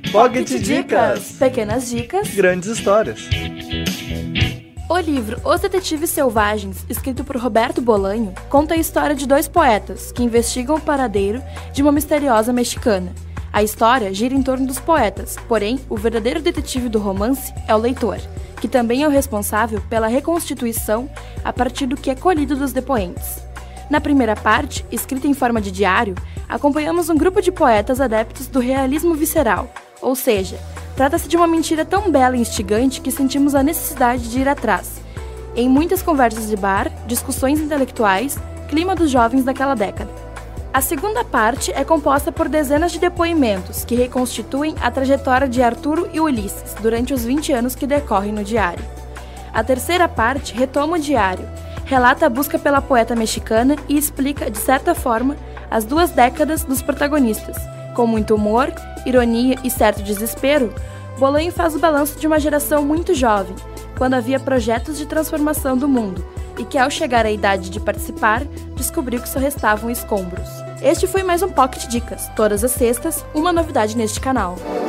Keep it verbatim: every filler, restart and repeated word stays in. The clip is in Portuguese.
Pocket Dicas! Pequenas dicas, Grandes histórias. O livro Os Detetives Selvagens, escrito por Roberto Bolanho, conta a história de dois poetas que investigam o paradeiro de uma misteriosa mexicana. A história gira em torno dos poetas, porém, o verdadeiro detetive do romance é o leitor, que também é o responsável pela reconstituição a partir do que é colhido dos depoentes. Na primeira parte, escrita em forma de diário, acompanhamos um grupo de poetas adeptos do realismo visceral, ou seja, trata-se de uma mentira tão bela e instigante que sentimos a necessidade de ir atrás. Em muitas conversas de bar, discussões intelectuais, clima dos jovens daquela década. A segunda parte é composta por dezenas de depoimentos que reconstituem a trajetória de Arturo e Ulisses durante os vinte anos que decorrem no diário. A terceira parte retoma o diário, relata a busca pela poeta mexicana e explica, de certa forma, as duas décadas dos protagonistas. Com muito humor, ironia e certo desespero, Bolanho faz o balanço de uma geração muito jovem, quando havia projetos de transformação do mundo, e que ao chegar à idade de participar, descobriu que só restavam escombros. Este foi mais um Pocket Dicas. Todas as sextas, uma novidade neste canal.